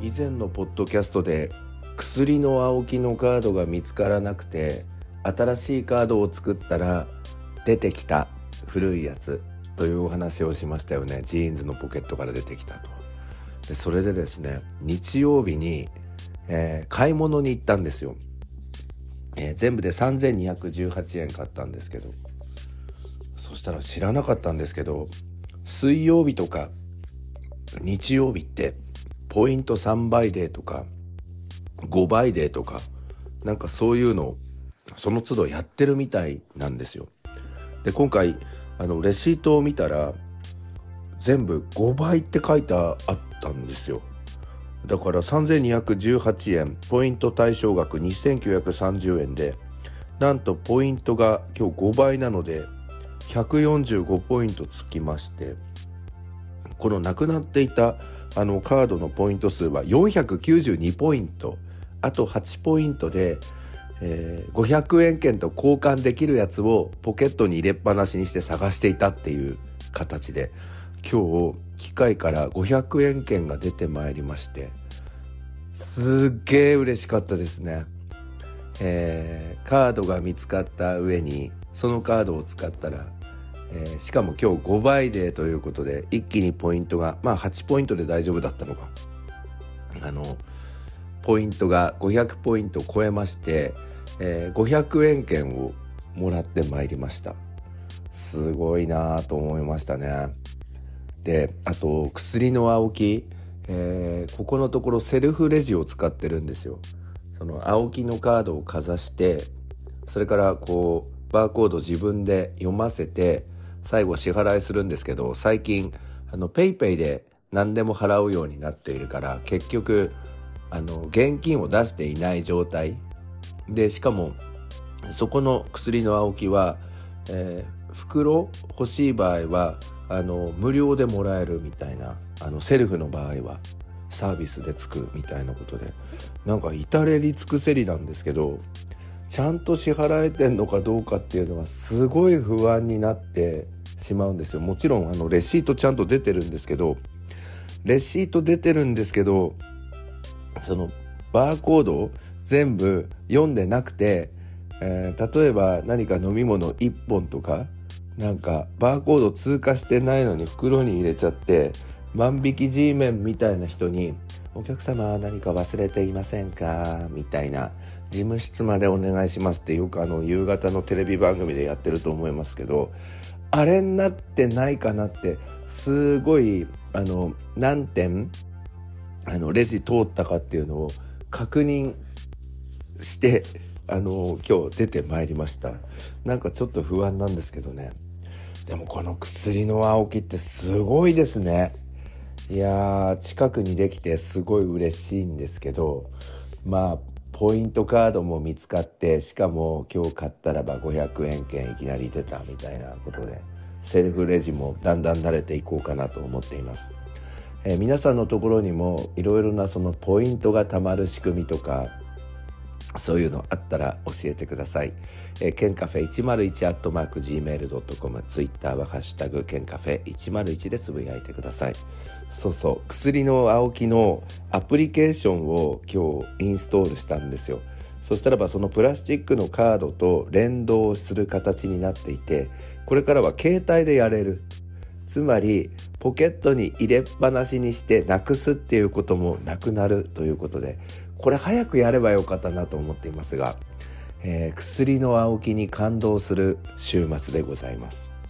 以前のポッドキャストで薬の青木のカードが見つからなくて新しいカードを作ったら出てきた古いやつというお話をしましたよね。ジーンズのポケットから出てきたと。でそれでですね、日曜日に、買い物に行ったんですよ。全部で3218円買ったんですけど、そしたら知らなかったんですけど、水曜日とか日曜日ってポイント3倍デーとか5倍デーとかなんかそういうのをその都度やってるみたいなんですよ。で今回レシートを見たら全部5倍って書いてあったんですよ。だから3218円、ポイント対象額2930円で、なんとポイントが今日5倍なので145ポイントつきまして、このなくなっていたカードのポイント数は492ポイント、あと8ポイントで、500円券と交換できるやつをポケットに入れっぱなしにして探していたっていう形で、今日機械から500円券が出てまいりまして、すっげー嬉しかったですね。カードが見つかった上にそのカードを使ったら、しかも今日5倍デーということで一気にポイントが8ポイントで大丈夫だったのか、ポイントが500ポイントを超えまして、500円券をもらってまいりました。すごいなと思いましたね。であと薬の青木、ここのところセルフレジを使ってるんですよ。その青木のカードをかざして、それからこうバーコード自分で読ませて最後支払いするんですけど、最近ペイペイで何でも払うようになっているから、結局現金を出していない状態で、しかもそこの薬の青木は、袋欲しい場合は無料でもらえるみたいな、セルフの場合はサービスでつくみたいなことで、なんか至れり尽くせりなんですけど、ちゃんと支払えてんのかどうかっていうのはすごい不安になってしまうんですよ。もちろんレシートちゃんと出てるんですけど、そのバーコードを全部読んでなくて、例えば何か飲み物1本とかなんかバーコード通過してないのに袋に入れちゃって、万引き G メンみたいな人にお客様は何か忘れていませんかみたいな、事務室までお願いしますってよく夕方のテレビ番組でやってると思いますけど、あれになってないかなってすごい何点レジ通ったかっていうのを確認して今日出てまいりました。なんかちょっと不安なんですけどね。でもこの薬の青木ってすごいですね。いやー、近くにできてすごい嬉しいんですけど、ポイントカードも見つかって、しかも今日買ったらば500円券いきなり出たみたいなことで、セルフレジもだんだん慣れていこうかなと思っています。皆さんのところにもいろいろなそのポイントが貯まる仕組みとか、そういうのあったら教えてください。ケンカフェ101 @gmail.com、 ツイッターはハッシュタグケンカフェ101でつぶやいてください。そうそう、薬の青木のアプリケーションを今日インストールしたんですよ。そしたらばそのプラスチックのカードと連動する形になっていて、これからは携帯でやれる。つまりポケットに入れっぱなしにしてなくすっていうこともなくなるということで、これ早くやればよかったなと思っていますが、薬の青木に感動する週末でございます。